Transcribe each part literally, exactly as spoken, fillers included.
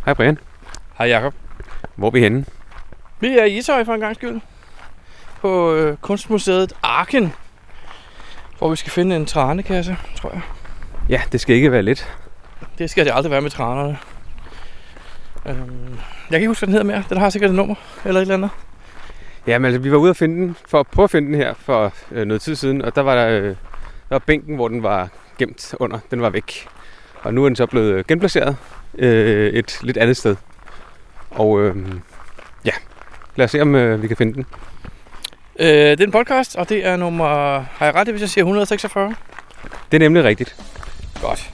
Hej Brian. Hej Jacob. Hvor er vi henne? Vi er i Ishøj for en gang skyld. På øh, kunstmuseet Arken. Hvor vi skal finde en tranekasse, tror jeg. Ja, det skal ikke være let. Det skal det aldrig være med tranerne. Øhm, jeg kan ikke huske, hvad den hedder mere. Den har sikkert et nummer eller et eller andet. Ja, men altså, vi var ude at finde den, for at prøve at finde den her for øh, noget tid siden. Og der var der, øh, der var bænken, hvor den var gemt under. Den var væk. Og nu er den så blevet genplaceret øh, et lidt andet sted. Og øh, ja, lad os se, om øh, vi kan finde den. Øh, det er en podcast, og det er nummer... Har jeg ret i, hvis jeg siger et hundrede og seksogfyrre? Det er nemlig rigtigt. Godt.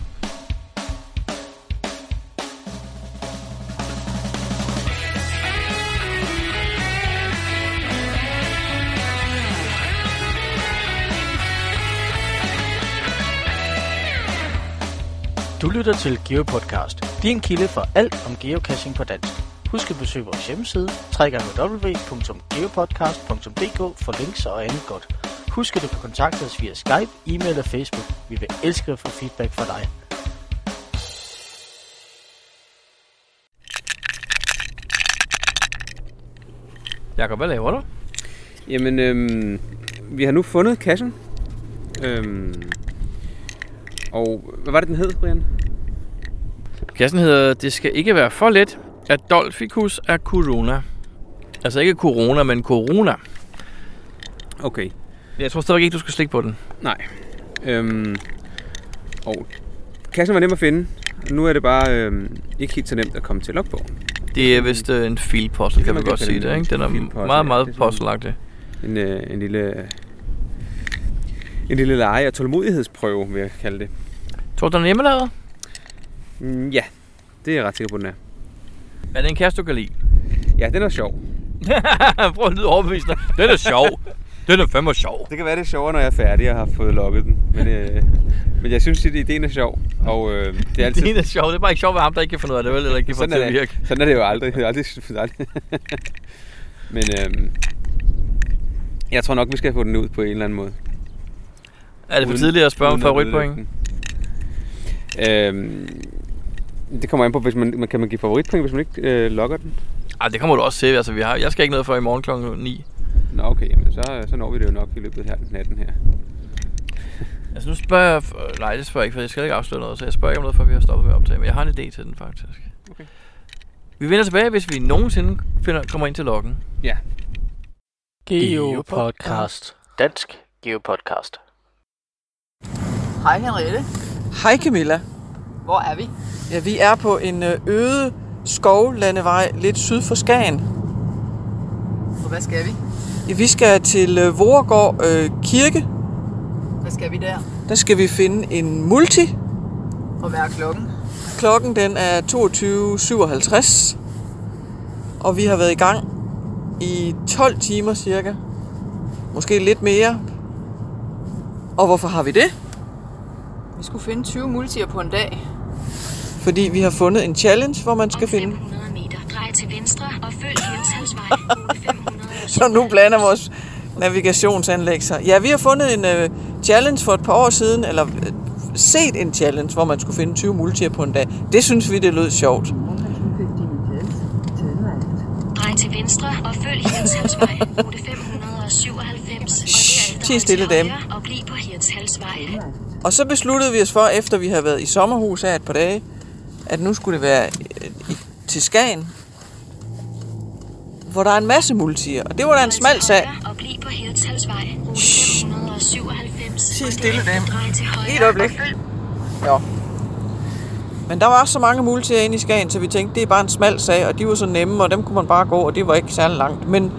Du lytter til GeoPodcast, din kilde for alt om geocaching på dansk. Husk at besøge vores hjemmeside, w w w punktum geopodcast punktum d k for links og andet godt. Husk at du kan kontakte os via Skype, e-mail og Facebook. Vi vil elske at få feedback fra dig. Jakob, hvad laver du? Jamen, øhm, vi har nu fundet kassen. Øhm, og hvad var det, den hed, Brian? Kassen hedder, det skal ikke være for let. Adolphicus af corona. Altså ikke corona, men corona. Okay. Jeg tror stadig ikke, du skal slikke på den. Nej. Øhm, og kassen var nem at finde. Nu er det bare øhm, ikke helt så nemt at komme til logbogen. Det er vist øh, en filpuzzle, kan man godt sige det, ikke? Den er filpuzzle, meget, meget ja, puzzleagtig. En, øh, en lille en lille lege- og tålmodighedsprøve, vil jeg kalde det. Tror du, den er hjemmelavet? Mm, ja, det er jeg ret sikker på, den er. Er det en kasse, du kan lide? Ja, den er sjov. Prøv at lyde overbevisende. Den er sjov. Den er fandme sjov. Det kan være, det er sjovere, når jeg er færdig og har fået logget den. Men, øh, men jeg synes, at ideen er sjov. Og øh, det er altid... Det er sjov. Det er bare ikke sjovt ved ham, der ikke kan finde ud af det, vel? Eller ikke kan få det til at virke. Sådan er det jo aldrig. Det er aldrig, aldrig. Men øh, jeg tror nok, vi skal få den ud på en eller anden måde. Er det for tidligt at spørge om favoritpoint? Øh, det kommer an på, hvis man, man kan man give favoritpoint, hvis man ikke øh, logger den. Ej, det kommer du også se. Altså, vi har, jeg skal ikke noget før i morgen klokken ni. Nå, okay. Jamen, så, så når vi det jo nok i løbet af natten her. Altså, nu spørger jeg... Nej, det spørger jeg ikke, for jeg skal ikke afsløre noget. Så jeg spørger ikke om noget, før vi har stoppet med at optage. Men jeg har en idé til den, faktisk. Okay. Vi vender tilbage, hvis vi nogensinde finder, kommer ind til loggen. Ja. GeoPodcast. Dansk GeoPodcast. Hej Henriette. Hej Camilla. Hvor er vi? Ja, vi er på en øde skovlandevej lidt syd for Skagen. Og hvad skal vi? Ja, vi skal til øh, Voregård øh, Kirke. Hvad skal vi der? Der skal vi finde en multi. Og hvad er klokken? Klokken den er toogtyve syvoghalvtreds. Og vi har været i gang i tolv timer cirka. Måske lidt mere. Og hvorfor har vi det? Vi skulle finde tyve multier på en dag. Fordi vi har fundet en challenge, hvor man skal finde... fem hundrede meter, drej til venstre og følg Hirtshalsvej, rute fem hundrede. Så nu blander vores navigationsanlæg sig. Ja, vi har fundet en uh, challenge for et par år siden, eller uh, set en challenge, hvor man skulle finde tyve multier på en dag. Det synes vi, det lød sjovt. Drej til venstre og følg Hirtshalsvej, rute fem hundrede syvoghalvfems. Ti stille dame. Og bliv på Hirtshalsvej. Og så besluttede vi os for, efter vi havde været i sommerhus her et par dage, at nu skulle det være uh, til Skagen, hvor der er en masse multier, og det var da en smal sag. Og bliv på Hirtshalsvej, rute fem hundrede syvoghalvfems. Ti stille dame. Lige et øjeblik. Jo. Men der var også så mange multier inde i Skagen, så vi tænkte, det er bare en smal sag, og de var så nemme, og dem kunne man bare gå, og det var ikke særlig langt. Men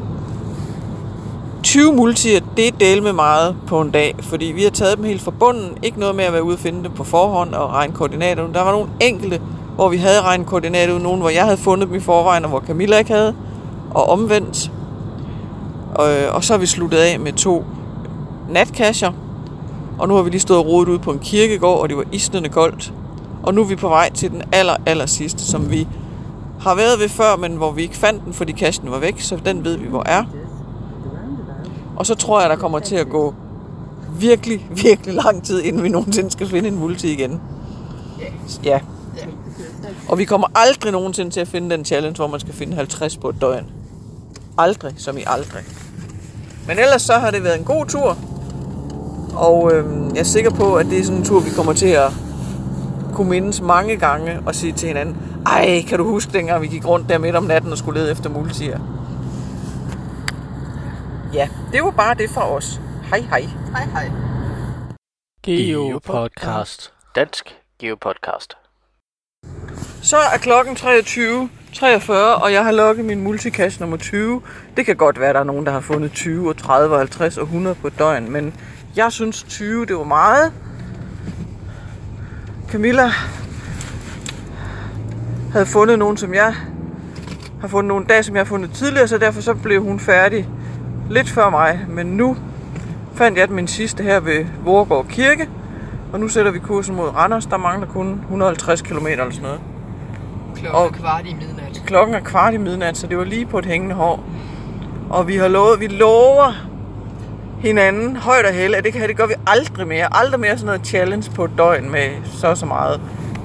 tyve multier, det er del med meget på en dag, fordi vi har taget dem helt fra bunden. Ikke noget med at være ude og finde dem på forhånd og regne koordinater. Der var nogle enkelte, hvor vi havde regnet koordinater ud, nogle hvor jeg havde fundet dem i forvejen, og hvor Camilla ikke havde, og omvendt. Og, og så har vi sluttet af med to natcacher, og nu har vi lige stået og rodet ud på en kirkegård, og det var isnende koldt. Og nu er vi på vej til den aller, aller sidste, som vi har været ved før, men hvor vi ikke fandt den, fordi cachen var væk, så den ved vi, hvor er. Og så tror jeg, der kommer til at gå virkelig, virkelig lang tid, inden vi nogensinde skal finde en multi igen. Ja, Ja. Og vi kommer aldrig nogensinde til at finde den challenge, hvor man skal finde halvtreds på et døgn. Aldrig, som i aldrig. Men ellers så har det været en god tur. Og øhm, jeg er sikker på, at det er sådan en tur, vi kommer til at kunne mindes mange gange og sige til hinanden, ej, kan du huske dengang vi gik rundt der midt om natten og skulle lede efter multier? Ja, det var bare det fra os. Hej hej. Hej hej. Geopodcast. Dansk Geopodcast. Så er klokken treogtyve treogfyrre, og jeg har logget min multicache nummer tyve. Det kan godt være, at der er nogen, der har fundet tyve, og tredive, og halvtreds og hundrede på et døgn, men jeg synes tyve, det var meget. Camilla havde fundet nogen, som jeg har fundet nogle dage, som jeg har fundet tidligere, så derfor så blev hun færdig lidt før mig. Men nu fandt jeg min sidste her ved Vorgård Kirke, og nu sætter vi kursen mod Randers. Der mangler kun et hundrede og halvtreds kilometer eller sådan noget. Klokken er kvart i midnat. Klokken er kvart i midnat, så det var lige på et hængende hår. Og vi har lovet, vi lover hinanden højt og helle, at det, kan, det gør vi aldrig mere. Aldrig mere sådan noget challenge på et døgn med så så meget.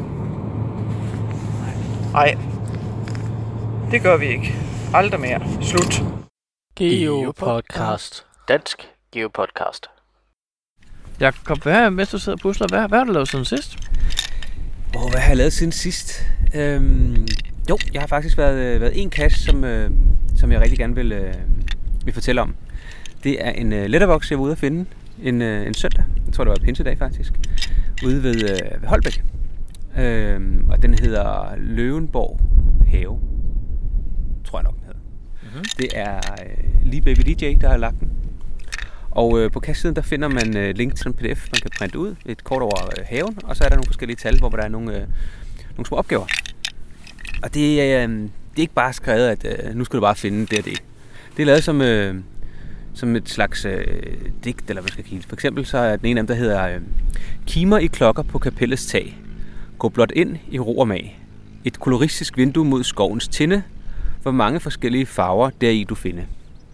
Nej, det gør vi ikke. Aldrig mere. Slut. Geopodcast. Dansk Geopodcast. Jakob, hvad, mens du sidder og pusler, hvad, hvad har du lavet siden sidst? Åh, hvad har jeg lavet siden sidst? Øhm, jo, jeg har faktisk været, været en cache, som, øh, som jeg rigtig gerne vil, øh, vil fortælle om. Det er en øh, letterbox, jeg var ude at finde en, øh, en søndag. Jeg tror, det var pinsedag faktisk. Ude ved, øh, ved Holbæk. Øhm, og den hedder Løvenborg Have. Tror jeg nok, den hedder. Mm-hmm. Det er øh, lige Baby D J, der har lagt den. Og øh, på cache-siden, der finder man øh, link til en P D F, man kan printe ud. Et kort over øh, haven, og så er der nogle forskellige tal, hvor der er nogle, øh, nogle små opgaver. Og det, øh, det er ikke bare skrevet, at øh, nu skal du bare finde det og det. Det er lavet som, øh, som et slags øh, digt, eller hvad skal jeg sige. For eksempel så er den ene af dem, der hedder øh, Kimer i klokker på kapellets tag. Gå blot ind i ro og mag. Et koloristisk vindue mod skovens tinde. Hvor mange forskellige farver deri du finder.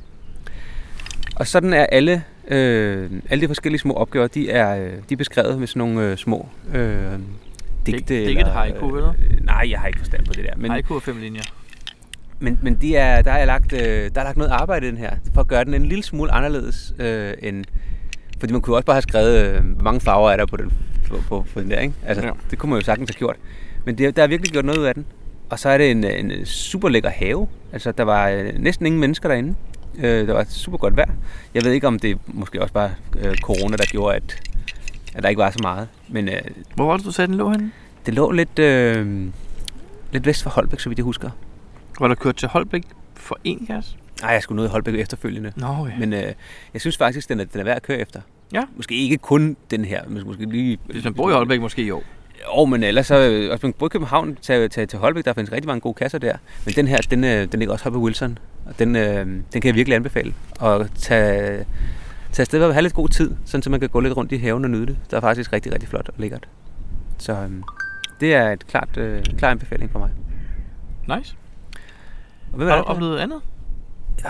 Og sådan er alle, øh, alle de forskellige små opgaver, de er, de er beskrevet med sådan nogle øh, små øh, digte. Det er ikke et haiku, eller? Øh, nej, jeg har ikke forstand på det der. Men, Haiku og fem linjer. Men, men de er, der, er lagt, øh, der er lagt noget arbejde i den her, for at gøre den en lille smule anderledes øh, end... Fordi man kunne også bare have skrevet, øh, hvor mange farver er der på den, på, på, på den der, ikke? Altså, ja. Det kunne man jo sagtens have gjort. Men det, der er virkelig gjort noget ud af den. Og så er det en, en super lækker have. Altså, der var øh, næsten ingen mennesker derinde. Øh, der var super godt vejr. Jeg ved ikke, om det måske også bare øh, corona, der gjorde, at, at der ikke var så meget. Men, øh, hvor var det, du sagde, den lå henne? Det lå lidt, øh, lidt vest for Holbæk, så vidt jeg husker. Var der kørt til Holbæk for en gas? Nej, jeg skulle nå i Holbæk efterfølgende. Nå, okay. Men øh, jeg synes faktisk, den er, den er værd at køre efter. Ja. Måske ikke kun den her. Måske lige, hvis man bor i Holbæk, måske jo. Jo, men ellers så... Også man bor i København til, til, til Holbæk, der findes rigtig mange gode kasser der. Men den her, den, den ligger også oppe i Wilson. Og den, øh, den kan jeg virkelig anbefale. Og tage, tage afsted og have lidt god tid, sådan så man kan gå lidt rundt i haven og nyde det. Det er faktisk rigtig, rigtig flot og lækkert. Så øh, det er et klart, øh, klar anbefaling for mig. Nice. Og hvad har du oplevet andet? Ja,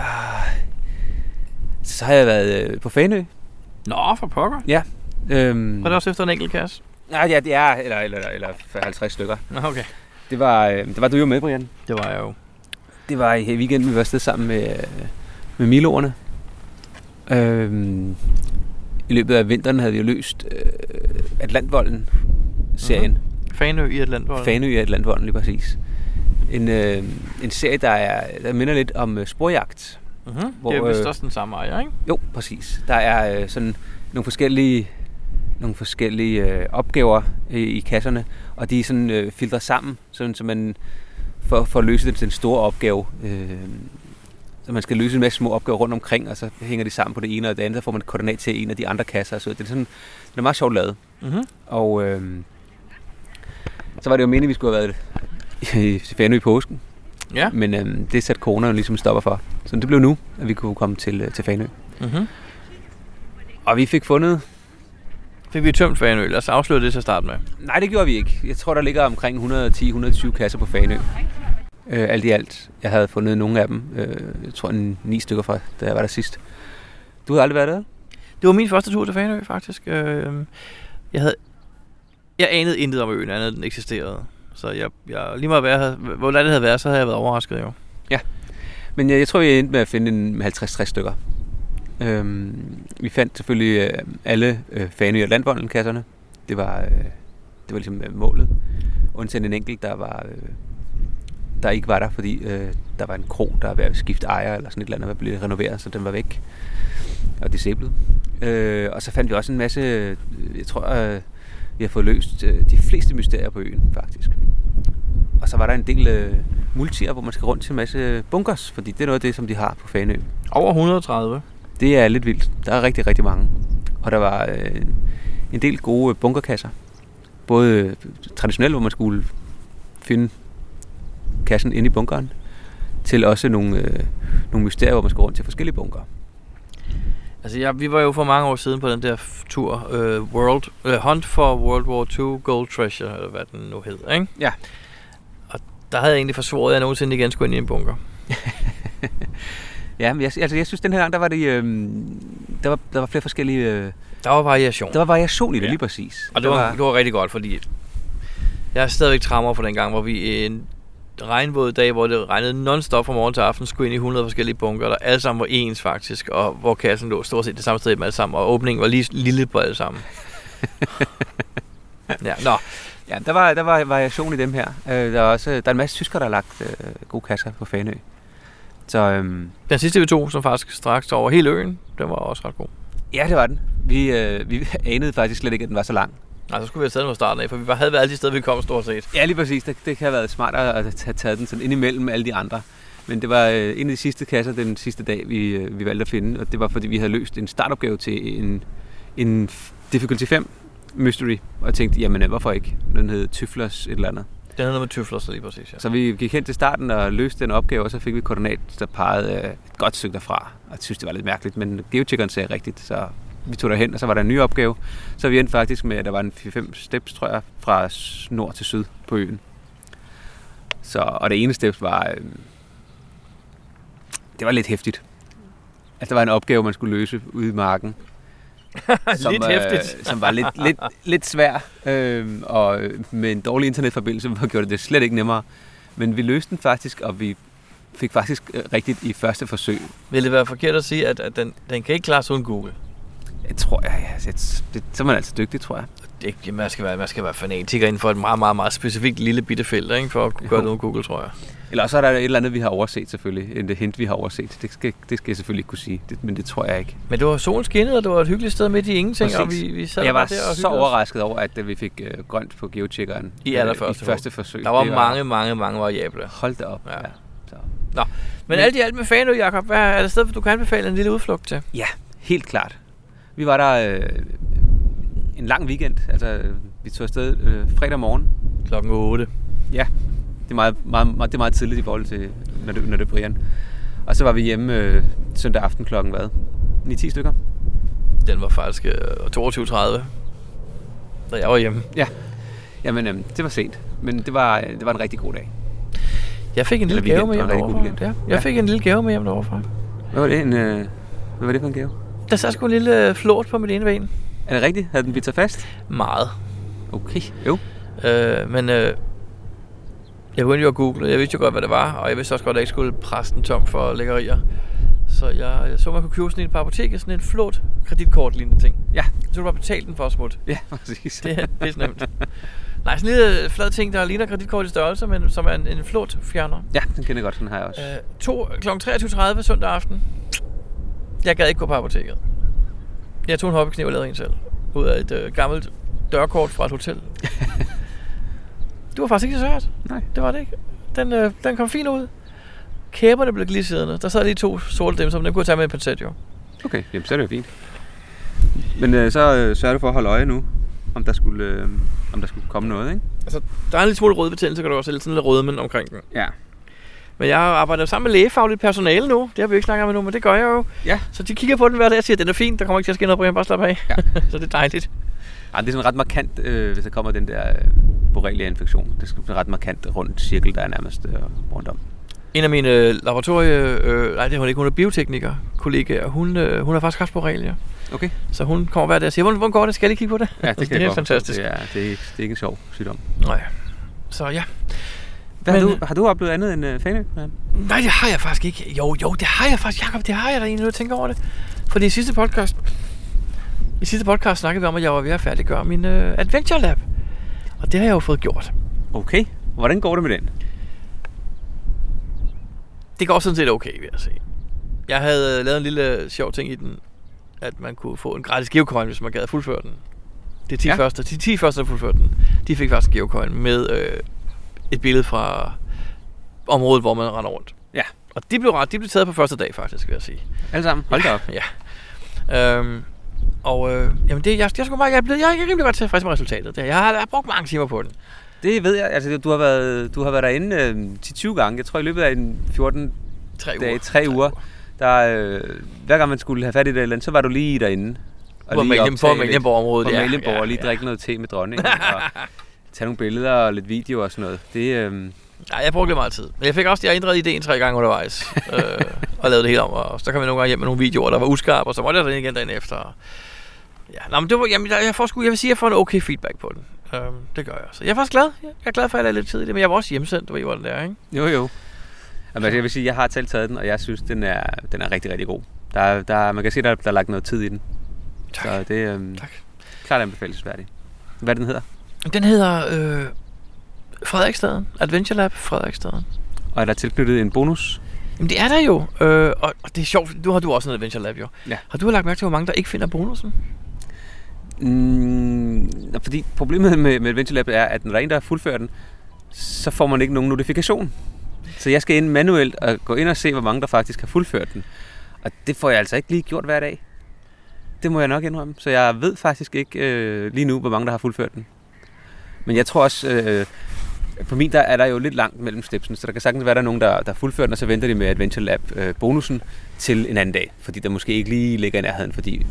så har jeg været øh, på Fanø. Nå, for pokker. Ja. Øhm, var det også efter en enkelt kasse? Nej, ja, det er, eller, eller, eller halvtreds stykker. Nå, okay. Det var, øh, det var du jo med, Brian. Det var jeg jo. Det var i weekenden, vi var afsted sammen med, med Miloerne. Øhm, I løbet af vinteren havde vi jo løst øh, Atlantvolden-serien. Mm-hmm. Fanø i Atlantvolden. Fanø i Atlantvolden, lige præcis. En, øh, en serie, der, er, der minder lidt om øh, sporjagt. Mm-hmm. Hvor, det er vist øh, også den samme ejer, ikke? Jo, præcis. Der er øh, sådan nogle forskellige, nogle forskellige øh, opgaver øh, i kasserne, og de er sådan øh, filtret sammen, sådan, så man for, for at løse den, den store opgave. Øh, så man skal løse en masse små opgaver rundt omkring, og så hænger de sammen på det ene og det andet, så får man et koordinat til en af de andre kasser. Og så det er sådan, det er meget sjovt lavet. Mm-hmm. Og øh, så var det jo meningen, at vi skulle have været i Fanø i påsken. Ja. Men øh, det satte corona jo ligesom stopper for. Så det blev nu, at vi kunne komme til, til Fanø. Mm-hmm. Og vi fik fundet... Fik vi tømt Fanø? Lad os afsløre det til at starte med. Nej, det gjorde vi ikke. Jeg tror, der ligger omkring et hundrede og ti til et hundrede og tyve kasser på Fanø. Øh, alt i alt. Jeg havde fundet nogle af dem. Øh, jeg tror, en, ni stykker fra, da jeg var der sidst. Du havde aldrig været der? Det var min første tur til Fanø, faktisk. Øh, jeg havde... Jeg anede intet om øen, andet den eksisterede. Så jeg, jeg lige meget, hvad jeg havde, hvor det havde været, så havde jeg været overrasket jo. Ja, men jeg, jeg tror, vi endte med at finde en halvtreds tres stykker. Øhm, vi fandt selvfølgelig øh, alle øh, Fanø og Landvolden-kasserne. Det var, øh, det var ligesom øh, målet. Undtagen en enkelt, der var... Øh, der ikke var der, fordi øh, der var en kro, der var ved at skifte ejer, eller sådan et eller andet, der blev renoveret, så den var væk. Og disablet. Øh, og så fandt vi også en masse, øh, jeg tror, øh, vi har fået løst øh, de fleste mysterier på øen, faktisk. Og så var der en del øh, multier, hvor man skal rundt til en masse bunkers, fordi det er noget af det, som de har på Fanø. Over et hundrede og tredive. Det er lidt vildt. Der er rigtig, rigtig mange. Og der var øh, en del gode bunkerkasser. Både øh, traditionelt, hvor man skulle finde kassen inde i bunkeren, til også nogle, øh, nogle mysterier, hvor man skal rundt til forskellige bunker. Altså, ja, vi var jo for mange år siden på den der tur, uh, World, uh, Hunt for World War to Gold Treasure, eller hvad den nu hed, ikke? Ja. Og der havde jeg egentlig forsvoret, at jeg nogensinde igen skulle ind i en bunker. Ja, men jeg, altså, jeg synes, den her gang, der var, det, øh, der var, der var flere forskellige... Øh, der var variation. Der var variation i det, ja. Lige præcis. Og det var, var, det var rigtig godt, fordi jeg er stadigvæk trammer for den gang, hvor vi en regnvåd dag, hvor det regnede non-stop fra morgen til aften, skulle ind i hundrede forskellige bunker, der alle sammen var ens faktisk, og hvor kassen lå stort set det samme sted med alle sammen, og åbningen var lige lille på alle sammen. Ja, nå. Ja, der var, der var variation i dem her. Øh, der, er også, der er en masse tyskere, der har lagt øh, gode kasser på Fanø. Så, øhm, den sidste vi tog, som faktisk straks tog over hele øen, den var også ret god. Ja, det var den. Vi, øh, vi anede faktisk slet ikke, at den var så lang. Nej, så skulle vi have taget den fra starten af, for vi var, havde været alle de steder, vi kom stort set. Ja, lige præcis. Det, det kan have været smart at have taget den sådan ind imellem alle de andre. Men det var øh, en af de sidste kasser den sidste dag, vi, øh, vi valgte at finde. Og det var, fordi vi havde løst en startopgave til en, en Difficulty fem Mystery. Og jeg tænkte, jamen hvorfor ikke? Den hed Tøflers et eller andet. Den havde noget med Tøflers, så lige præcis, ja. Så vi gik hen til starten og løste den opgave, og så fik vi koordinat, der pegede øh, et godt stykke derfra. Og jeg synes, det var lidt mærkeligt, men geotjekkeren sagde rigtigt, så vi tog derhen, og så var der en ny opgave. Så vi endte faktisk med, at der var en fire fem steps, tror jeg, fra nord til syd på øen. Så, og det ene steps var, øh, det var lidt hæftigt. Altså, der var en opgave, man skulle løse ude i marken. som, lidt øh, hæftigt. som var lidt, lidt, lidt svær, øh, og med en dårlig internetforbindelse, gjorde det slet ikke nemmere. Men vi løste den faktisk, og vi fik faktisk øh, rigtigt i første forsøg. Vil det være forkert at sige, at, at den, den kan ikke klare sig uden Google? Jeg tror, jeg, jeg, det, det, så er man altså dygtig, tror jeg. Det, man, skal være, man skal være fanatiker inden for et meget, meget, meget specifikt lille bitte felt, ikke? For at kunne gøre det uden Google, tror jeg. Eller så er der et eller andet, vi har overset selvfølgelig. En hint, vi har overset. Det skal, det skal jeg selvfølgelig ikke kunne sige, det, men det tror jeg ikke. Men det var solen skinnede, og det var et hyggeligt sted midt i ingenting, præcis. Og vi, vi sad jeg var der og så overrasket over, at vi fik øh, grønt på geotjekkeren i allerførste i første forsøg. Der var, var mange, mange, mange variable. Hold da op, ja. ja. Så. Nå, men, men alt i alt med Fanø, Jacob, hvad er det sted, du kan anbefale en lille udflugt til? Ja, helt klart. Vi var der øh, en lang weekend. Altså, vi tog afsted øh, fredag morgen. Klokken otte. Ja, det er meget, meget, meget, det er meget tidligt i forhold til, når det, når det er Brian. Og så var vi hjemme øh, søndag aften klokken hvad? ni ti stykker? Den var faktisk øh, toogtyve tredive, da jeg var hjemme. Ja, jamen øh, det var sent, men det var, det var en rigtig god dag. Jeg fik en lille gave med hjem derovre. Ja, jeg ja. fik en lille gave med hjem derovre. Hvad var det, en, øh, hvad var det for en gave? Der sad sgu en lille flot på mit ene ben. Er det rigtigt? Havde den bidt sig fast? Meget. Okay, jo. Øh, men øh, jeg begyndte jo at google, jeg vidste jo godt, hvad det var, og jeg vidste også godt, at jeg ikke skulle presse den tom for lækkerier. Så jeg, jeg så, man kunne købe sådan et par apoteket, sådan en flot kreditkort-lignende ting. Ja. Så du bare betale den for at smutte. Ja, præcis. Det er pisse nemt. Nej, sådan en lille flad ting, der ligner kreditkort i størrelse, men som er en, en flot fjerner. Ja, den kender jeg godt, den har jeg også. Øh, to, klokken treogtyve tredive søndag aften. Jeg gad ikke gå på apoteket. Jeg tog en hobbykniv og lavede en selv. Ud af et øh, gammelt dørkort fra et hotel. Det var faktisk ikke så svært. Nej. Det var det ikke. Den, øh, den kom fint ud. Kæberne blev glidsiddende. Der sad lige to sorte dem, som den kunne tage med en pincet jo. Okay, jamen så er det jo fint. Men øh, så øh, sørger du for at holde øje nu, om der skulle, øh, om der skulle komme noget, ikke? Altså, der er en lille smule røde betændelse, kan du også lidt sådan lidt rødmen omkring den. Ja. Men jeg arbejder sammen med lægefagligt personale nu. Det har vi ikke snakket om endnu, men det gør jeg jo. Ja. Så de kigger på den hver dag og siger, at den er fin. Der kommer ikke til at ske noget, Brian. Bare slap af. Ja. Så det er dejligt. Ja, det er sådan ret markant, øh, hvis der kommer den der øh, borrelia-infektion. Det er sådan ret markant rundt cirkel, der er nærmest øh, rundt om. En af mine øh, laboratorie... Øh, nej, det er hun ikke. Hun er biotekniker kollegaer. Hun, øh, hun har faktisk haft borrelia. Okay. Så hun kommer hver dag og siger, hvordan går det? Skal jeg lige kigge på det? Ja, det, altså, kan det er godt. fantastisk. Det er, det, er ikke, det er ikke en sjov sygdom. Nej. Så ja. Hvad Men, har, du, har du oplevet andet end uh, Fanø? Nej, det har jeg faktisk ikke. Jo, jo, det har jeg faktisk, Jacob. Det har jeg da egentlig, når jeg tænker over det. For i sidste podcast, i sidste podcast snakkede vi om, at jeg var ved at færdiggøre min uh, Adventure Lab. Og det har jeg jo fået gjort. Okay. Hvordan går det med den? Det går sådan set okay, vil jeg sige. Jeg havde lavet en lille sjov ting i den, at man kunne få en gratis geocoin, hvis man gad at fuldføre den. De ti, ja. første, de ti første, der fuldførte den, de fik faktisk en geocoin med øh, et billede fra området, hvor man render rundt. Ja. Og de blev, de blev taget på første dag, faktisk, vil jeg sige. Alle sammen? Hold da op. Ja. Øhm, og øh, jamen det, jeg, jeg, jeg, jeg, er blevet, jeg er rimelig godt tilfreds med resultatet. Jeg har, jeg har brugt mange timer på den. Det ved jeg. Altså, du har været, du har været derinde øh, ti til tyve gange. Jeg tror, i løbet af en fjorten tre uger. dage, tre uger, der, øh, hver gang man skulle have fat i det eller andet, så var du lige derinde. Og på Malienborg-området, ja. På Malienborg, ja, og lige ja. drikke noget te med dronningen, og tage nogle billeder og lidt video og sådan noget. Det, øh... Nej, jeg brugte lidt meget tid. Men jeg fik også, jeg ændrede ideen tre gange undervejs, øh, og lavede det helt om, og så kom jeg nogle gange hjem med nogle videoer, der var uskarpe, og så måtte jeg den igen dagen efter. Ja, nå, men det var, jamen, jeg, får sgu, jeg vil sige, at jeg får en okay feedback på den. Øh, det gør jeg. Så jeg er faktisk glad. Jeg er glad for, at jeg lavede lidt tid i det, men jeg var også hjemsendt, du ved, hvor den der, ikke? Jo, jo. Altså, jeg vil sige, at jeg har selv taget den, og jeg synes, den er, den er rigtig, rigtig god. Der, der, man kan se, at der, der er lagt noget tid i den. Tak. Så det er øhm, tak. Klart anbefalelsesværdig. Hvad den hedder? Den hedder øh, Frederiksstaden. Adventure Lab Frederiksstaden. Og er der tilknyttet en bonus? Jamen det er der jo. Øh, og, og det er sjovt. Nu har du også en Adventure Lab jo. Ja. Har du lagt mærke til, hvor mange der ikke finder bonusen? Mm, fordi problemet med, med Adventure Lab er, at når der er en, der har fuldført den, så får man ikke nogen notifikation. Så jeg skal ind manuelt og gå ind og se, hvor mange der faktisk har fuldført den. Og det får jeg altså ikke lige gjort hver dag. Det må jeg nok indrømme. Så jeg ved faktisk ikke øh, lige nu, hvor mange der har fuldført den. Men jeg tror også, øh, på min der er der jo lidt langt mellem stepsen, så der kan sagtens være, der er nogen, der, der har fuldført den, og så venter de med Adventure Lab øh, bonusen til en anden dag. Fordi der måske ikke lige ligger i nærheden, fordi øh,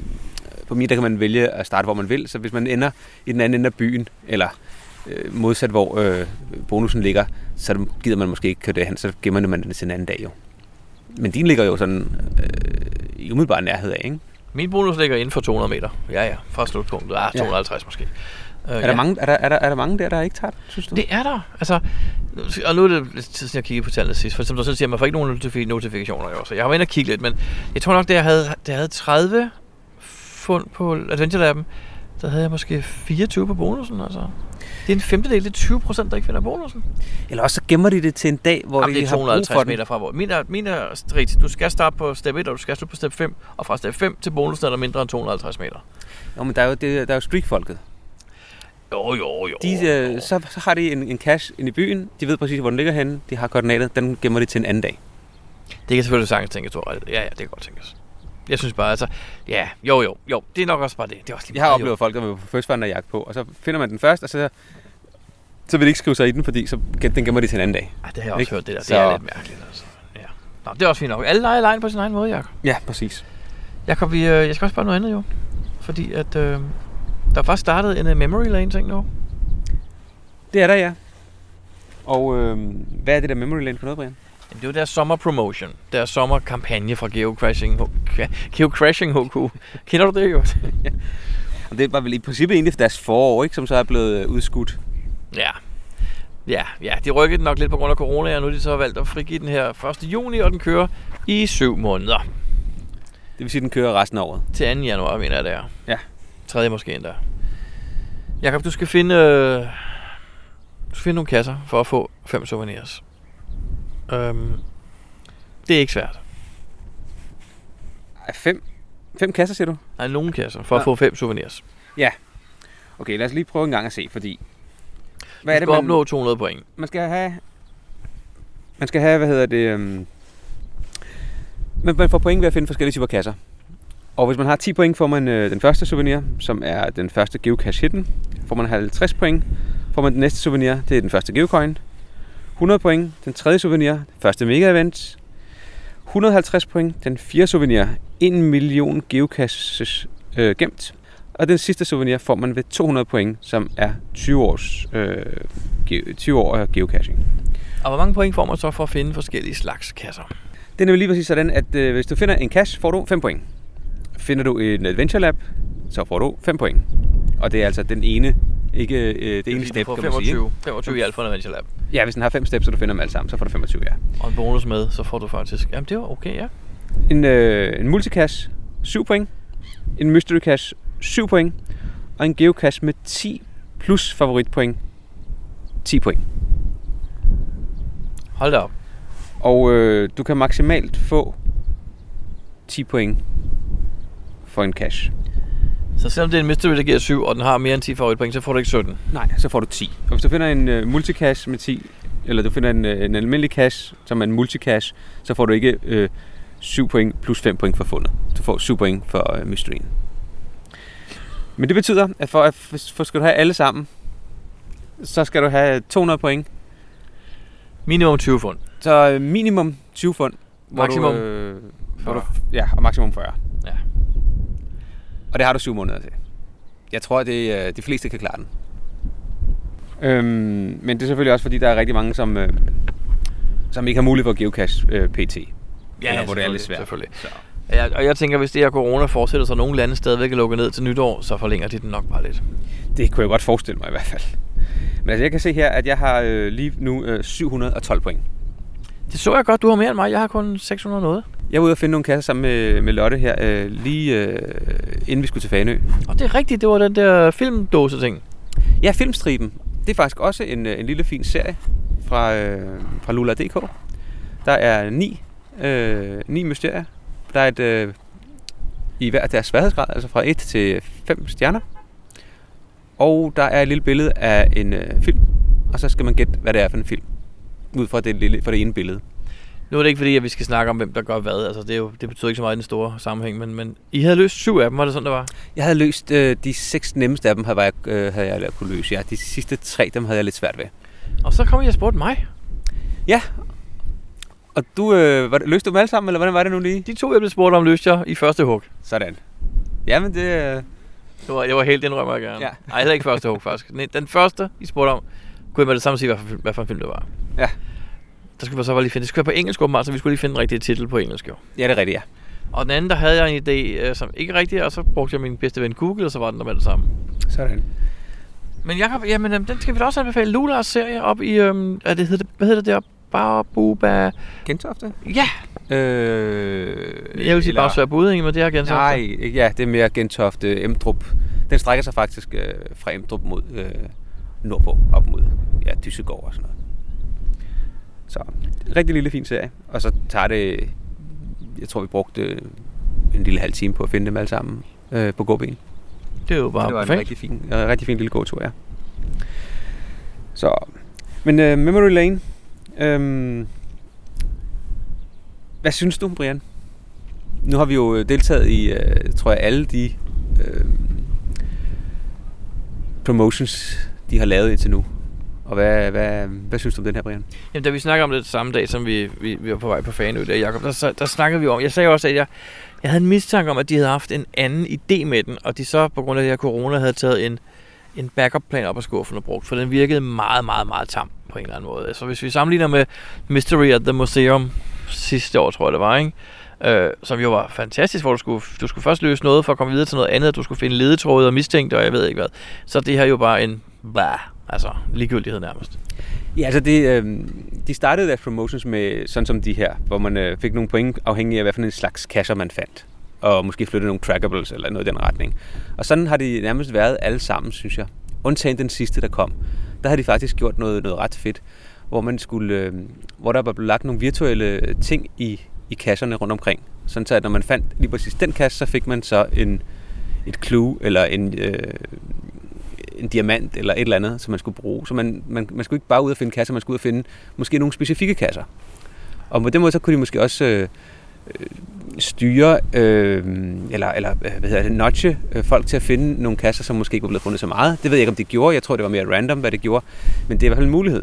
på min der kan man vælge at starte, hvor man vil. Så hvis man ender i den anden ende af byen, eller øh, modsat, hvor øh, bonusen ligger, så gider man måske ikke køre det hen, så gemmer man den til en anden dag jo. Men din ligger jo sådan øh, i umiddelbar nærhed af, ikke? Min bonus ligger inden for to hundrede meter. Ja, ja. Fra slutpunktet. Ah, to hundrede og halvtreds ja. måske. Uh, er, der ja. mange, er, der, er, der, er der mange der, der ikke tager det, synes du? Det er der. Altså, og nu er det lidt tid siden, jeg kiggede på tallene sidst. For som du selv siger, man får ikke nogen notifikationer jo. Så jeg har været inde og kigge lidt, men jeg tror nok, da jeg havde, da jeg havde tredive fund på Adventure Lab'en, der havde jeg måske fireogtyve på bonusen. Altså. Det er en femtedel, det er tyve procent, der ikke finder bonusen. Eller også så gemmer de det til en dag, hvor Jamen, de det er har to hundrede og halvtreds brug for meter fra hvor. Min er, min er strikt. Du skal starte på step et, og du skal slutte på step fem. Og fra step fem til bonusen er der mindre end to hundrede og halvtreds meter. Jo, men der er jo, det, der er jo streakfolket. Jo, jo, jo. De, øh, så, så har de en, en cache inde i byen. De ved præcis, hvor den ligger henne. De har koordinatet. Den gemmer de til en anden dag. Det kan selvfølgelig sagtens tænkes, du har ret. Ja, ja, det kan godt tænkes. Jeg synes bare, altså, ja, jo, jo, jo. Det er nok også bare det. Det er også lige jeg har meget, oplevet jo. Folk, der vil på førstvanderjagt på, og så finder man den først, og så, så vil de ikke skrive sig i den, fordi så, den gemmer de til en anden dag. Ej, det har jeg også ikke? hørt, det der. Så... Det er lidt mærkeligt, altså. Ja. Nå, det er også fint nok. Alle leger lejen på sin egen måde, Jacob. Ja, præcis. Jacob, vi, øh, jeg skal også spørge noget andet, jo. Fordi at, øh, der er faktisk startet en uh, memory lane ting nu. Det er der, ja. Og øh, hvad er det der memory lane for noget, Brian? Jamen, det er jo deres sommer promotion. Deres sommerkampagne fra Geocaching Geocaching H Q. Kender du det, jo? Ja. Og det var vel i princippet egentlig for deres forår, ikke? Som så er blevet udskudt. Ja. Ja, ja, de rykkede den nok lidt på grund af corona, og nu har de så valgt at frigive den her første juni, og den kører i syv måneder. Det vil sige, at den kører resten af året. Til anden januar, mener jeg, det er. Ja. Tredje måske endda. Jakob, du skal finde, øh, du skal finde nogle kasser for at få fem souvenirs. Øhm, det er ikke svært. Ej, fem, fem kasser, siger du? Nej, nogle kasser for ja. at få fem souvenirs. Ja. Okay, lad os lige prøve en gang at se, fordi... Hvad du er det, man... opnå to hundrede point. Man skal have... Man skal have, hvad hedder det... Um... Man får point ved at finde forskellige typer kasser. Og hvis man har ti point, får man øh, den første souvenir, som er den første geocache hidden. Får man halvtreds point, får man den næste souvenir, det er den første geocoin. hundrede point, den tredje souvenir, første mega-event. hundrede og halvtreds point, den fjerde souvenir, en million geocaches øh, gemt. Og den sidste souvenir får man ved to hundrede point, som er tyve års øh, tyve år af geocaching. Og hvor mange point får man så for at finde forskellige slags kasser? Det er nemlig lige præcis sådan, at øh, hvis du finder en cache, får du fem point. Finder du en Adventure Lab, så får du fem point. Og det er altså den ene Ikke øh, det, det ene step, kan man sige. femogtyve i alt for en Adventure Lab. Ja, hvis den har fem steps, så du finder dem alle sammen, så får du femogtyve, ja. Og en bonus med, så får du faktisk... Jamen, det var okay, ja. En, øh, en multicache, syv point. En mystery cache, syv point. Og en geocache med ti plus favoritpoint, ti point. Hold da op. Og øh, du kan maksimalt få ti point for en cache. Så selvom det er en mystery, der giver syv, og den har mere end ti favoritpoint, så får du ikke sytten? Nej, så får du ti. Og hvis du finder en uh, multicache med ti, eller du finder en, uh, en almindelig cache, som er en multicache, så får du ikke uh, syv point plus fem point for fundet. Du får syv point for uh, mysterien. Men det betyder, at for at for skal du have alle sammen, så skal du have to hundrede point. Minimum tyve fund. Så uh, minimum tyve fund. Maksimum du, øh, hvor du, ja, og maksimum fyrre. Ja. Og det har du syv måneder til. Jeg tror, at det, uh, de fleste kan klare den. Øhm, men det er selvfølgelig også, fordi der er rigtig mange, som, øh, som ikke har mulighed for at geocache øh, P T. Ja, eller, hvor det er lidt svært. Selvfølgelig. Ja, og jeg tænker, hvis det her corona fortsætter, så nogle lande stadigvæk er lukket ned til nytår, så forlænger de den nok bare lidt. Det kunne jeg godt forestille mig i hvert fald. Men altså, jeg kan se her, at jeg har øh, lige nu øh, syv hundrede og tolv point. Det så jeg godt, du har mere end mig. Jeg har kun seks hundrede noget. Jeg var ude og finde nogle kasser sammen med, med Lotte her, øh, lige øh, inden vi skulle til Fanø. Og det er rigtigt, det var den der filmdåse-ting. Ja, Filmstriben. Det er faktisk også en, en lille fin serie fra, øh, fra Lula punktum d k. Der er ni, øh, ni mysterier. Der er et øh, i hver deres sværhedsgrad, altså fra et til fem stjerner. Og der er et lille billede af en øh, film, og så skal man gætte, hvad det er for en film, ud fra det, lille, fra det ene billede. Nu er det ikke fordi, at vi skal snakke om, hvem der gør hvad. Altså, det, er jo, det betyder ikke så meget i den store sammenhæng, men, men I havde løst syv af dem, var det sådan, det var? Jeg havde løst øh, de seks nemmeste af dem, havde jeg, øh, havde jeg kunne løse. Ja, de sidste tre, dem havde jeg lidt svært ved. Og så kom I og spurgte mig. Ja. Og du, øh, var det, løste du dem alle sammen, eller hvordan var det nu lige? De to, jeg blev spurgt om, løste jeg i første hug. Sådan. Jamen, det... Øh... Det var, jeg var helt indrømmer jeg gerne. Ja. Nej, heller ikke første hug, faktisk. Den første, I spurgte om, kunne jeg med det samme sige, hvad for, hvad for en film det var. Ja. Der skulle vi så bare lige finde. Det skulle være på engelsk, åbenbart, så vi skulle lige finde den rigtige titel på engelsk, jo. Ja, det er rigtigt, ja. Og den anden, der havde jeg en idé, øh, som ikke rigtig, og så brugte jeg min bedste ven Google, og så var den der med det samme. Sådan. Men Jacob, jamen, øh, den skal vi da også anbefale. Lulas serie op i, øh, er det, hedder, hvad hedder det deroppe? Babuba... Gentofte? Ja! Øh, jeg vil sige eller... bare svær Budding, men det er Gentofte. Nej, ja, det er mere Gentofte, Emdrup. Den strækker sig faktisk øh, fra Emdrup mod øh, nordpå, op mod ja, Dyssegård og sådan noget. Så, rigtig lille fin serie. Og så tager det, jeg tror vi brugte en lille halv time på at finde dem alle sammen øh, på gåben. Det er jo bare det var perfekt. en rigtig fin, øh, rigtig fin lille gåtur, ja. Så, men øh, Memory Lane, øh, hvad synes du, Brian? Nu har vi jo deltaget i, øh, tror jeg, alle de øh, promotions, de har lavet indtil nu. Og hvad, hvad, hvad synes du om den her, Brian? Jamen, da vi snakkede om det samme dag, som vi, vi, vi var på vej på Fanø, der, Jacob, der, der snakkede vi om, jeg sagde også, at jeg, jeg havde en mistanke om, at de havde haft en anden idé med den, og de så på grund af det her corona havde taget en, en backup-plan op af skuffen og brugt, for den virkede meget, meget, meget tam på en eller anden måde. Så hvis vi sammenligner med Mystery at the Museum sidste år, tror jeg det var, ikke? Øh, som jo var fantastisk, hvor du skulle, du skulle først løse noget for at komme videre til noget andet, du skulle finde ledetråde og mistænkte, og jeg ved ikke hvad. Så det her er jo bare en bah, altså ligegyldighed nærmest. Ja, altså det, øh, de startede deres promotions med sådan som de her, hvor man øh, fik nogle point afhængig af, hvad for en slags kasser man fandt. Og måske flyttede nogle trackables eller noget i den retning. Og sådan har de nærmest været alle sammen, synes jeg. Undtagen den sidste, der kom. Der har de faktisk gjort noget, noget ret fedt, hvor man skulle, øh, hvor der var blevet lagt nogle virtuelle ting i, i kasserne rundt omkring. Sådan så, at når man fandt lige præcis den kasse, så fik man så en, et clue eller en... Øh, en diamant eller et eller andet, som man skulle bruge. Så man, man, man skulle ikke bare ud og finde kasser, man skulle ud og finde måske nogle specifikke kasser. Og på den måde, så kunne de måske også øh, styre, øh, eller, eller hvad hedder det, notche øh, folk til at finde nogle kasser, som måske ikke var blevet fundet så meget. Det ved jeg ikke, om det gjorde. Jeg tror, det var mere random, hvad det gjorde. Men det er i hvert fald en mulighed.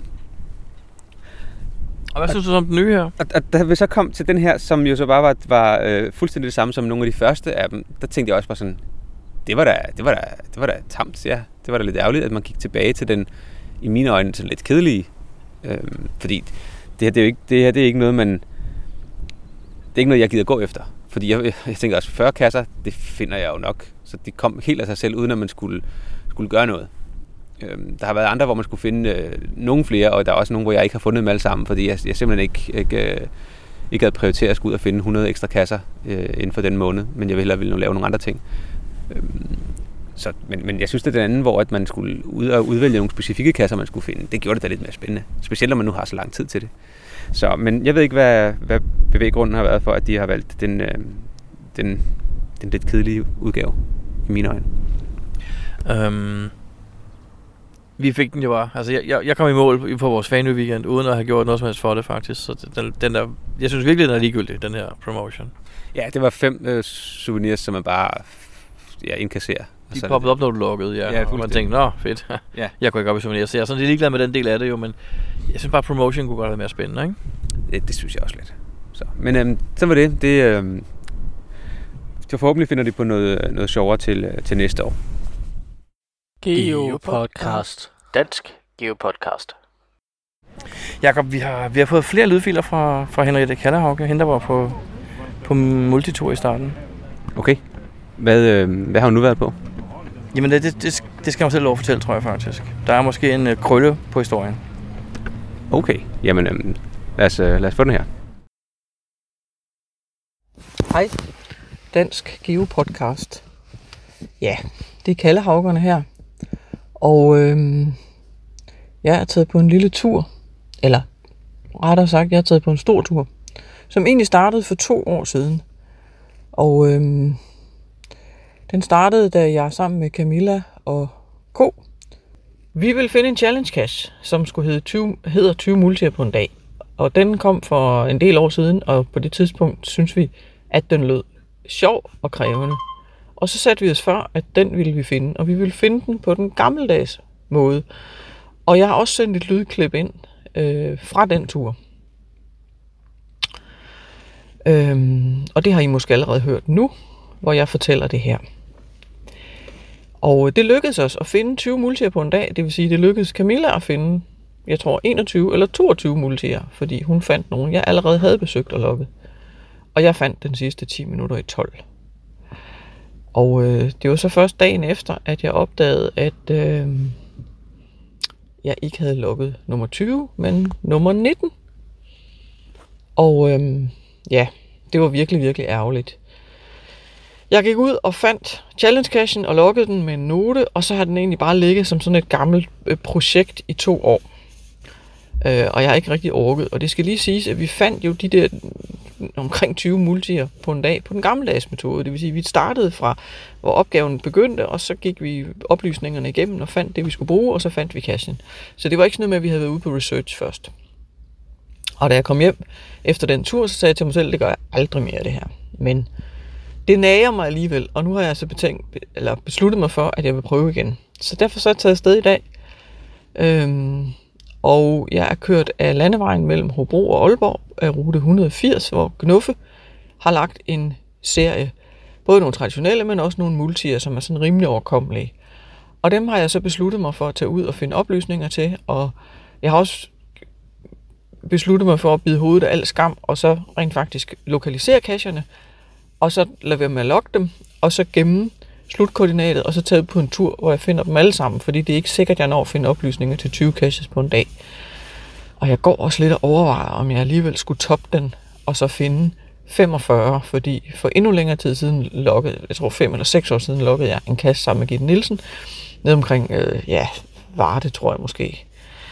Og hvad synes du om den nye her? Og, og da vi så kom til den her, som jo så bare var, var øh, fuldstændig det samme som nogle af de første af dem, der tænkte jeg også bare sådan, det var da, det var da, det var da tamt, ja. Det var da lidt ærgerligt, at man gik tilbage til den, i mine øjne, sådan lidt kedelige. Øhm, fordi det her, det er jo ikke, det her, det er ikke noget, man... Det er ikke noget, jeg gider gå efter. Fordi jeg, jeg, jeg tænker også, fyrre kasser, det finder jeg jo nok. Så det kom helt af sig selv, uden at man skulle, skulle gøre noget. Øhm, der har været andre, hvor man skulle finde øh, nogle flere, og der er også nogle, hvor jeg ikke har fundet dem alle sammen, fordi jeg, jeg simpelthen ikke, ikke, øh, ikke havde prioriteret at skulle ud og finde hundrede ekstra kasser øh, inden for den måned, men jeg ville hellere ville lave nogle andre ting. Øhm, så, men, men jeg synes, det er den anden, hvor at man skulle ud og udvælge nogle specifikke kasser, man skulle finde. Det gjorde det da lidt mere spændende, specielt når man nu har så lang tid til det. Så, men jeg ved ikke, hvad, hvad bevæggrunden har været for, at de har valgt den, øh, den, den lidt kedelige udgave, i mine øjne. Um, vi fik den jo bare. Altså, jeg, jeg, jeg kom i mål på vores Fanø-weekend, uden at have gjort noget som helst for det, faktisk. Så den, den der, jeg synes virkelig, den er ligegyldig, den her promotion. Ja, det var fem øh, souvenirs, som man bare ja, indkasserer. De poppede op, når du lukkede, ja. ja og man tænkte, nå, fedt. Ja. Jeg kunne ikke op i souvenirs. Så jeg er sådan lidt ligeglad med den del af det jo, men jeg synes bare, promotion kunne godt være mere spændende, ikke? Det, det synes jeg også lidt. Så. Men øhm, så var det. Det øhm, så forhåbentlig finder de på noget, noget sjovere til, til næste år. Geopodcast. Dansk Geopodcast. Jakob, vi har, vi har fået flere lydfiler fra, fra Henriette Kallerhauke, hende der var på, på multitur i starten. Okay. Hvad, øh, hvad har hun nu været på? Jamen det, det, det, det skal hun selv lov at fortælle, tror jeg faktisk. Der er måske en øh, krølle på historien. Okay, jamen øh, lad, os, øh, lad os få den her. Hej, Dansk Geopodcast. Ja, det er Kallehaugerne her. Og øh, jeg er taget på en lille tur, eller rettere sagt, jeg er taget på en stor tur, som egentlig startede for to år siden. Og øh, den startede, da jeg sammen med Camilla og K. Vi ville finde en challenge cache, som skulle hedde tyve, hedder tyve multier på en dag. Og den kom for en del år siden, og på det tidspunkt synes vi, at den lød sjov og krævende. Og så satte vi os for, at den ville vi finde, og vi ville finde den på den gammeldags måde. Og jeg har også sendt et lydklip ind øh, fra den tur. Øhm, og det har I måske allerede hørt nu, hvor jeg fortæller det her. Og det lykkedes os at finde tyve multier på en dag, det vil sige, det lykkedes Camilla at finde, jeg tror enogtyve eller toogtyve multier, fordi hun fandt nogen, jeg allerede havde besøgt og logget. Og jeg fandt den sidste ti minutter i tolv. Og øh, det var så først dagen efter, at jeg opdagede, at øh, jeg ikke havde logget nummer tyve, men nummer nitten. Og øh, ja, det var virkelig, virkelig ærgerligt. Jeg gik ud og fandt challenge cachen og loggede den med en note, og så har den egentlig bare ligget som sådan et gammelt øh, projekt i to år. Øh, og jeg har ikke rigtig orket. Og det skal lige siges, at vi fandt jo de der omkring tyve multier på en dag på den gammeldags metode. Det vil sige, at vi startede fra, hvor opgaven begyndte, og så gik vi oplysningerne igennem og fandt det, vi skulle bruge, og så fandt vi cachen. Så det var ikke sådan noget med, at vi havde været ude på research først. Og da jeg kom hjem efter den tur, så sagde jeg til mig selv, det gør jeg aldrig mere det her. Men det nager mig alligevel, og nu har jeg så betænkt, eller besluttet mig for, at jeg vil prøve igen. Så derfor så er jeg taget afsted i dag. Øhm, og jeg er kørt af landevejen mellem Hobro og Aalborg af rute et hundrede og firs, hvor Gnuffe har lagt en serie. Både nogle traditionelle, men også nogle multier, som er sådan rimelig overkommelige. Og dem har jeg så besluttet mig for at tage ud og finde oplysninger til. Og jeg har også besluttet mig for at bide hovedet af al skam, og så rent faktisk lokalisere cacherne. Og så lade være med at logge dem, og så gemme slutkoordinatet, og så tage på en tur, hvor jeg finder dem alle sammen, fordi det er ikke sikkert, at jeg når at finde oplysninger til tyve caches på en dag. Og jeg går også lidt og overvejer, om jeg alligevel skulle toppe den, og så finde femogfyrre, fordi for endnu længere tid siden loggede, jeg tror fem eller seks år siden, loggede jeg en cache sammen med Gitte Nielsen, ned omkring, øh, ja, Varde, tror jeg måske,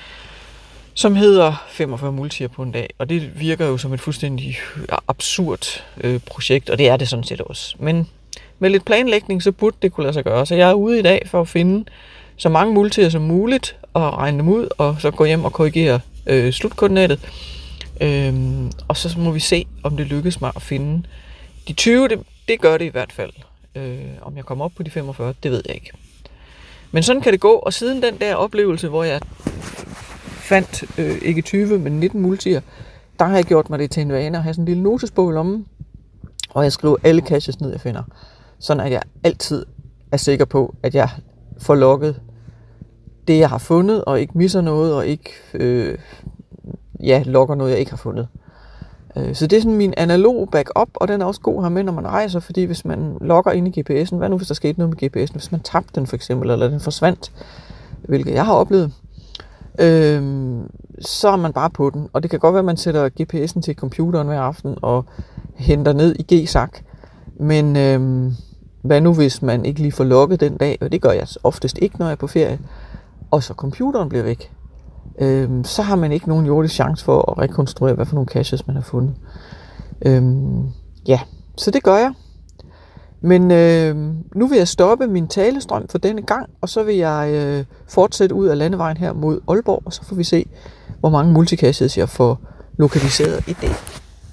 som hedder femogfyrre multier på en dag, og det virker jo som et fuldstændig absurd øh, projekt, og det er det sådan set også. Men med lidt planlægning, så burde det kunne lade sig gøre. Så jeg er ude i dag for at finde så mange multier som muligt, og regne dem ud, og så gå hjem og korrigere øh, slutkoordinatet. Øhm, og så må vi se, om det lykkes mig at finde de tyve. Det, det gør det i hvert fald. Øh, om jeg kommer op på de femogfyrre, det ved jeg ikke. Men sådan kan det gå, og siden den der oplevelse, hvor jeg fandt øh, ikke tyve, men nitten multier, der har jeg gjort mig det til en vane at have sådan en lille notesbog i lommen, og jeg skriver alle caches ned, jeg finder. Sådan at jeg altid er sikker på, at jeg får logget det, jeg har fundet, og ikke misser noget, og ikke øh, ja, logger noget, jeg ikke har fundet. Øh, så det er sådan min analog backup, og den er også god at have med, når man rejser, fordi hvis man logger ind i G P S'en, hvad nu hvis der skete noget med G P S'en, hvis man tabte den for eksempel, eller den forsvandt, hvilket jeg har oplevet, øh, så er man bare på den. Og det kan godt være, at man sætter G P S'en til computeren hver aften og henter ned i G S A C. Men øh, hvad nu, hvis man ikke lige får logget den dag, og det gør jeg oftest ikke, når jeg er på ferie, og så computeren bliver væk, øh, så har man ikke nogen jordisk chance for at rekonstruere, hvad for nogle caches man har fundet. Øh, ja, så det gør jeg. Men øh, nu vil jeg stoppe min talestrøm for denne gang, og så vil jeg øh, fortsætte ud af landevejen her mod Aalborg, og så får vi se, hvor mange multicaches jeg får lokaliseret i dag.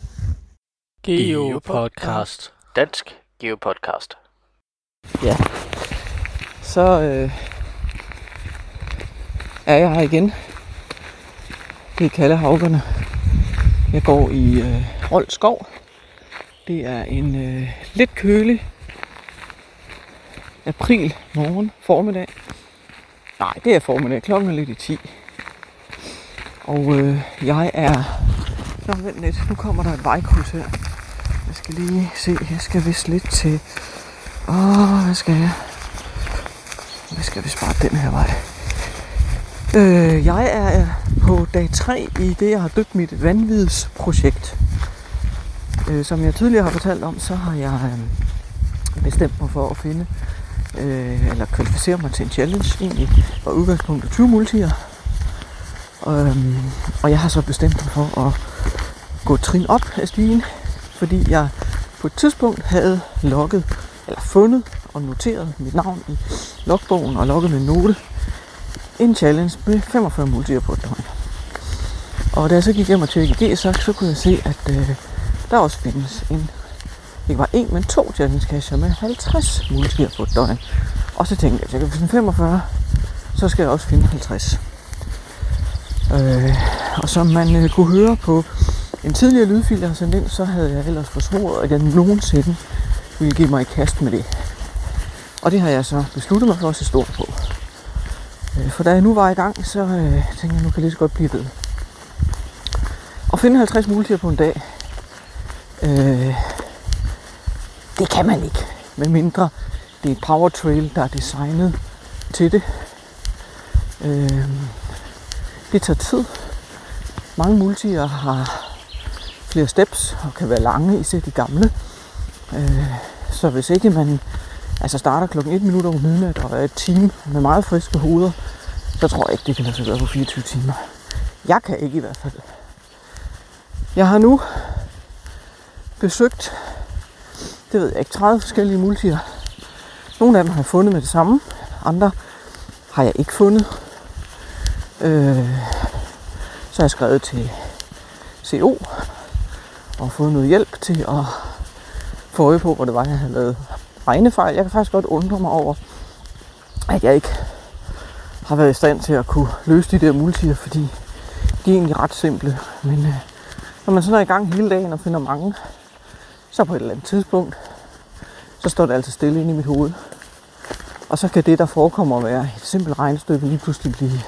GeoPodcast. Dansk GeoPodcast. Ja, så øh, er jeg her igen. Det er Kallehaugerne. Jeg går i øh, Rold Skov. Det er en øh, lidt kølig april morgen formiddag. Nej, det er formiddag. Klokken er lidt i ti. Og øh, jeg er... Nå, vent lidt. Nu kommer der et vejkryds her. Jeg skal lige se. Jeg skal vist lidt til... Åh, hvad skal jeg? Jeg skal vist bare den her vej. Øh, jeg er på dag tre i det, jeg har døbt mit vanvidsprojekt. Øh, som jeg tidligere har fortalt om, så har jeg øh, bestemt mig for at finde, øh, eller kvalificere mig til en challenge, egentlig, og udgangspunktet tyve multier. Øh, og jeg har så bestemt mig for at gå trin op af stigen, fordi jeg på et tidspunkt havde logget, eller fundet og noteret mit navn i logbogen og logget med en note, en challenge med femogfyrre multier på et døgn. Og da jeg så gik hjem og tjekkede G S A C, så kunne jeg se, at øh, der også findes en, ikke bare en, men to challenge cacher med halvtreds multier på et døgn. Og så tænkte jeg, at jeg kan finde femogfyrre, så skal jeg også finde halvtreds. Øh, og som man øh, kunne høre på en tidligere lydfil, jeg har sendt ind, så havde jeg ellers forsvoret, at jeg nogensinde ville give mig i kast med det. Og det har jeg så besluttet mig for at se stort på. Øh, for da jeg nu var i gang, så øh, tænkte jeg, nu kan det så godt blive ved. At finde halvtreds multier på en dag, øh, det kan man ikke, med mindre det er et power trail, der er designet til det. Øh, det tager tid. Mange multier har flere steps og kan være lange, især de gamle. Øh, så hvis ikke man altså starter klokken et minut over midnat og er et team med meget friske hoveder, så tror jeg ikke, det kan lade sig gøre på fireogtyve timer. Jeg kan ikke i hvert fald. Jeg har nu besøgt, det ved jeg ikke, tredive forskellige multier. Nogle af dem har jeg fundet med det samme, andre har jeg ikke fundet. Øh, så har jeg skrevet til C O og fået noget hjælp til at få øje på, hvor det var, jeg havde lavet regnefejl. Jeg kan faktisk godt undre mig over, at jeg ikke har været i stand til at kunne løse de der multier, fordi de er egentlig ret simple. Men øh, når man sådan er i gang hele dagen og finder mange, så på et eller andet tidspunkt, så står det altså stille inde i mit hoved. Og så kan det, der forekommer at være et simpelt regnestykke, lige pludselig blive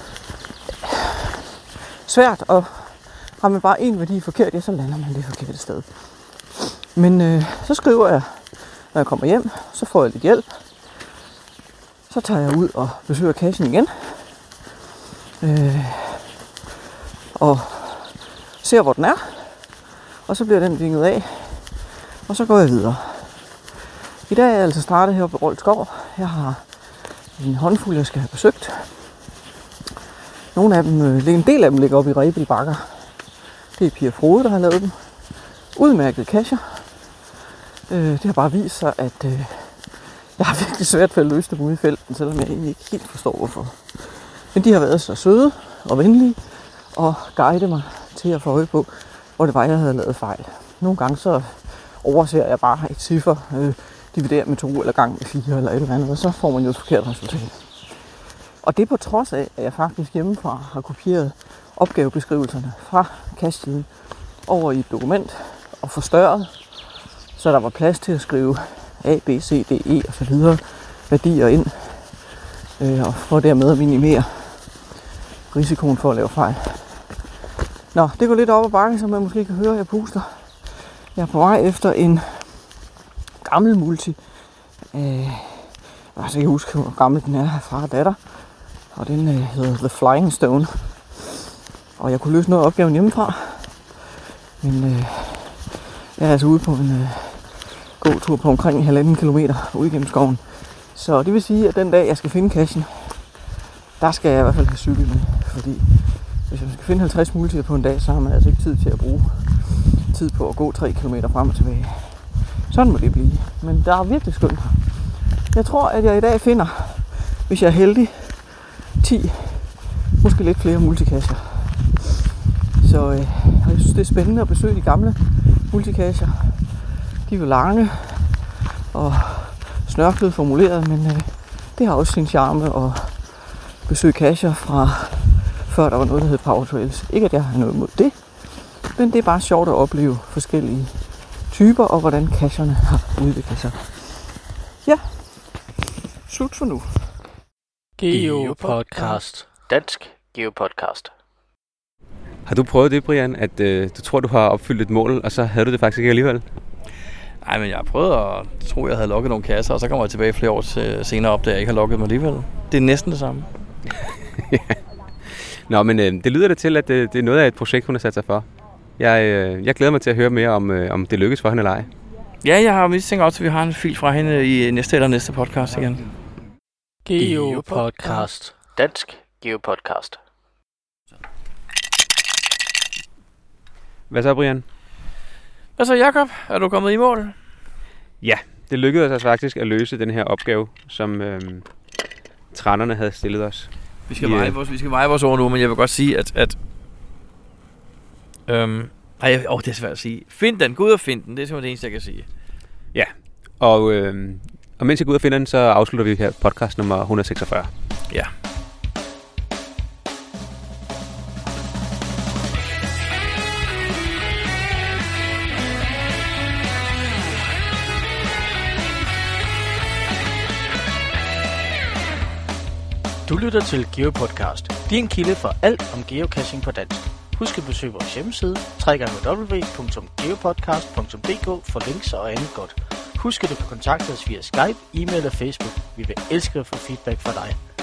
svært. Og har man bare en værdi forkert, ja, så lander man det forkerte sted. Men øh, så skriver jeg, når jeg kommer hjem, så får jeg lidt hjælp. Så tager jeg ud og besøger cachen igen. Øh, og ser, hvor den er. Og så bliver den vinget af. Og så går jeg videre. I dag er jeg altså startet heroppe i Rold Skov. Jeg har en håndfuld, jeg skal have besøgt. Nogle af dem, en del af dem ligger oppe i Rebel Bakker. Det er Pia Frode, der har lavet dem. Udmærket cacher. Det har bare vist sig, at jeg har virkelig svært ved at løse dem ude i felten, selvom jeg egentlig ikke helt forstår, hvorfor. Men de har været så søde og venlige og guide mig til at få øje på, hvor det var, jeg havde lavet fejl. Nogle gange så overser jeg bare et ciffer, øh, dividerer med to eller gang med fire eller et eller andet, og så får man jo et forkert resultat. Og det er på trods af, at jeg faktisk hjemmefra har kopieret opgavebeskrivelserne fra cachesiden over i et dokument og forstørret, så der var plads til at skrive A, B, C, D, E og så videre værdier ind, øh, og for dermed at minimere risikoen for at lave fejl. Nå, det går lidt op ad bakke, som man måske kan høre, jeg puster. Jeg er på vej efter en gammel multi. Øh, altså jeg kan huske, hvor gammel den er, far og datter Og den øh, hedder The Flying Stone. Og jeg kunne løse noget af opgaven hjemmefra. Men øh, jeg er altså ude på en øh, gåtur på omkring en halvanden kilometer ude gennem skoven. Så det vil sige, at den dag jeg skal finde cachen, der skal jeg i hvert fald have cykel med. Fordi hvis man skal finde halvtreds multier på en dag, så har man altså ikke tid til at bruge tid på at gå tre kilometer frem og tilbage. Sådan må det blive. Men der er virkelig skønt her. Jeg tror, at jeg i dag finder, hvis jeg er heldig, ti, måske lidt flere multicasher. Så øh, jeg synes, det er spændende at besøge de gamle multicasher. De er jo lange og snørklet formuleret, men øh, det har også sin charme at besøge cacher fra før der var noget, der hed Power Trails. Ikke at jeg har noget imod det, men det er bare sjovt at opleve forskellige typer og hvordan cacherne har udviklet sig. Ja, slut for nu. GeoPodcast. Dansk GeoPodcast. Har du prøvet det, Brian, at øh, du tror, du har opfyldt et mål, og så havde du det faktisk ikke alligevel? Nej, men jeg har prøvet at tro, at jeg havde lukket nogle kasser, og så kommer jeg tilbage flere år senere op, da jeg ikke har lukket mig alligevel. Det er næsten det samme. Ja. Nå, men øh, det lyder det til, at det, det er noget af et projekt, hun har sat sig for. Jeg, øh, jeg glæder mig til at høre mere om, øh, om det lykkes for hende eller ej. Ja, jeg har vist tænkt også, at vi har en fil fra hende i næste eller næste podcast igen. GeoPodcast. Dansk GeoPodcast. Hvad så, Brian? Hvad så, Jakob? Er du kommet i mål? Ja, det lykkedes os faktisk at løse den her opgave, som øh, trænerne havde stillet os. Vi skal, veje vores, vi skal veje vores ord nu, men jeg vil godt sige, at... at øhm, ej, åh, det er svært at sige. Find den. Gå ud og find den. Det er simpelthen det eneste, jeg kan sige. Ja, og, øh, og mens jeg går ud og finder den, så afslutter vi her podcast nummer et hundrede og seksogfyrre. Ja. Du lytter til GeoPodcast, din kilde for alt om geocaching på dansk. Husk at besøge vores hjemmeside, w w w punktum geopodcast punktum d k for links og andet godt. Husk at du kan kontakte os via Skype, e-mail og Facebook. Vi vil elske at få feedback fra dig.